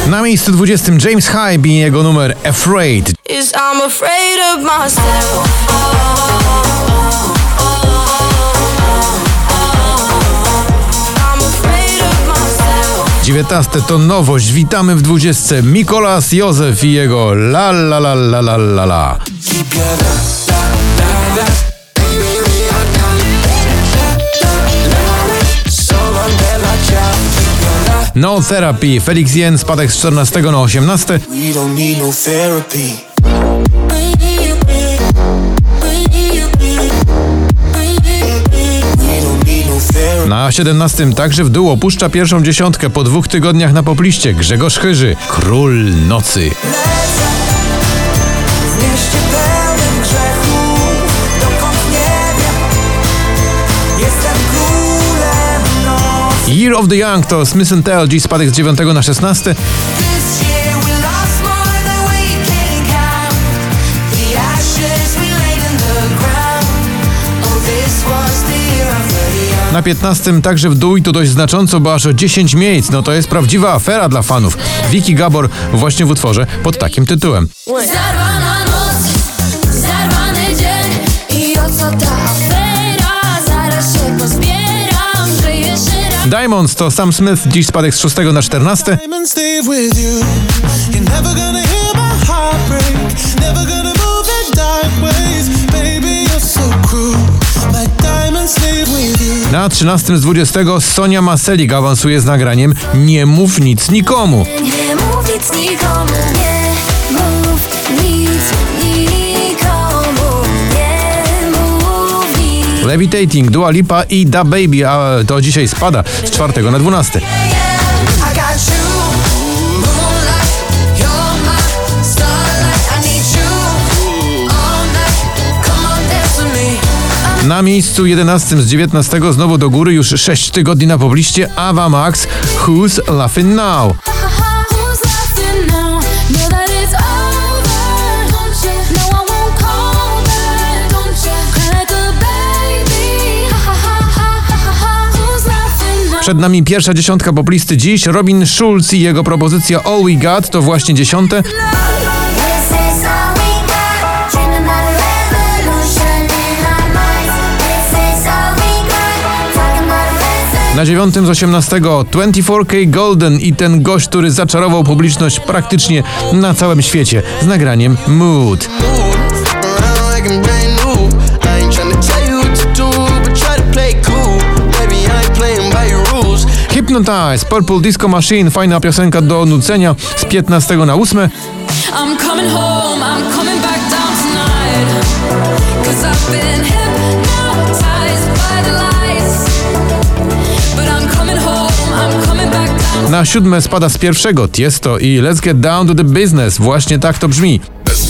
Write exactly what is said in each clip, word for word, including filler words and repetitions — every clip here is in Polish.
Na miejscu dwudziestym James Hype i jego numer Afraid. dziewiętnaste to nowość. Witamy w dwudziestce. Mikolas Józef i jego la la la la la la la. No Therapy, Felix Jen, spadek z czternastego na osiemnaste. Na siedemnastym także w dół opuszcza pierwszą dziesiątkę po dwóch tygodniach na popliście Grzegorz Chyży, Król Nocy. Year of the Young to Smith and Tell, dziś spadek z dziewiątego na szesnaste. Na piętnastym także w dół i to dość znacząco, bo aż o dziesięć miejsc. No to jest prawdziwa afera dla fanów. Vicky Gabor właśnie w utworze pod takim tytułem. Zarwana noc, zarwany dzień i o co ta afera? Zaraz się pozbieram, że jeszcze raz. Diamonds to Sam Smith, dziś spadek z szóstego na czternaste. Na trzynastym z dwudziestego Sonia Maselik awansuje z nagraniem Nie mów nic nikomu. Nie mów nic nikomu, nie mów nic nikomu, nie mów nic. Levitating, Dua Lipa i Da Baby, a to dzisiaj spada z czwartego na dwunasty. Na miejscu jedenastym z dziewiętnastego znowu do góry, już sześć tygodni na pobliście Ava Max, Who's Laughing Now. Przed nami pierwsza dziesiątka poplisty dziś. Robin Schulz i jego propozycja All We Got to właśnie dziesiąte. Na dziewiątym z osiemnastego dwadzieścia cztery K Golden i ten gość, który zaczarował publiczność praktycznie na całym świecie z nagraniem Mood. Hypnotize, Purple Disco Machine, fajna piosenka do nucenia z piętnastego na ósme. I'm coming home, I'm coming back down tonight, 'cause I've been hypnotized by the lights. Na siódme spada z pierwszego Tiesto i Let's Get Down to the Business. Właśnie tak to brzmi.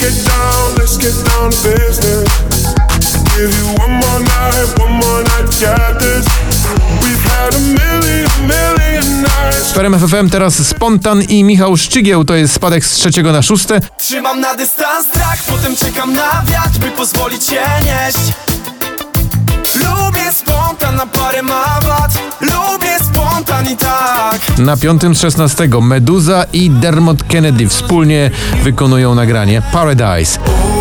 W R M F F M teraz Spontan i Michał Szczygieł, to jest spadek z trzeciego na szóste. Trzymam na dystans strach, potem czekam na wiatr, by pozwolić się nieść. Lubię spontan, na parę ma wad. Lubię spontan i tak. Na piątym z szesnastego Meduza i Dermot Kennedy wspólnie wykonują nagranie Paradise.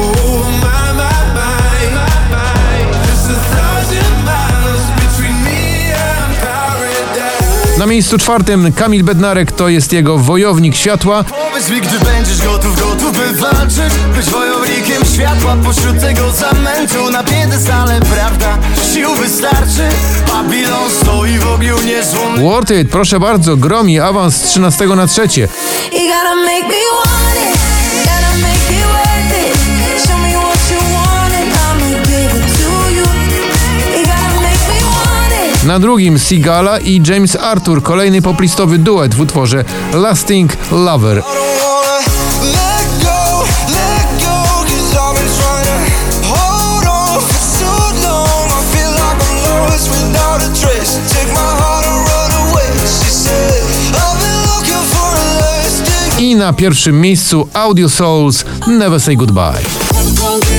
Na miejscu czwartym Kamil Bednarek, to jest jego Wojownik Światła. Powiedz mi, gdy będziesz gotów, gotów by walczyć, być wojownikiem światła pośród tego zamętu na piedestale, prawda? Sił wystarczy, Babilon stoi w ogniu niezłomnym. Worth It, proszę bardzo, gromi awans z trzynastego na trzecie. Na drugim Sigala i James Arthur, kolejny poplistowy duet w utworze Lasting Lover. I na pierwszym miejscu Audio Souls, Never Say Goodbye.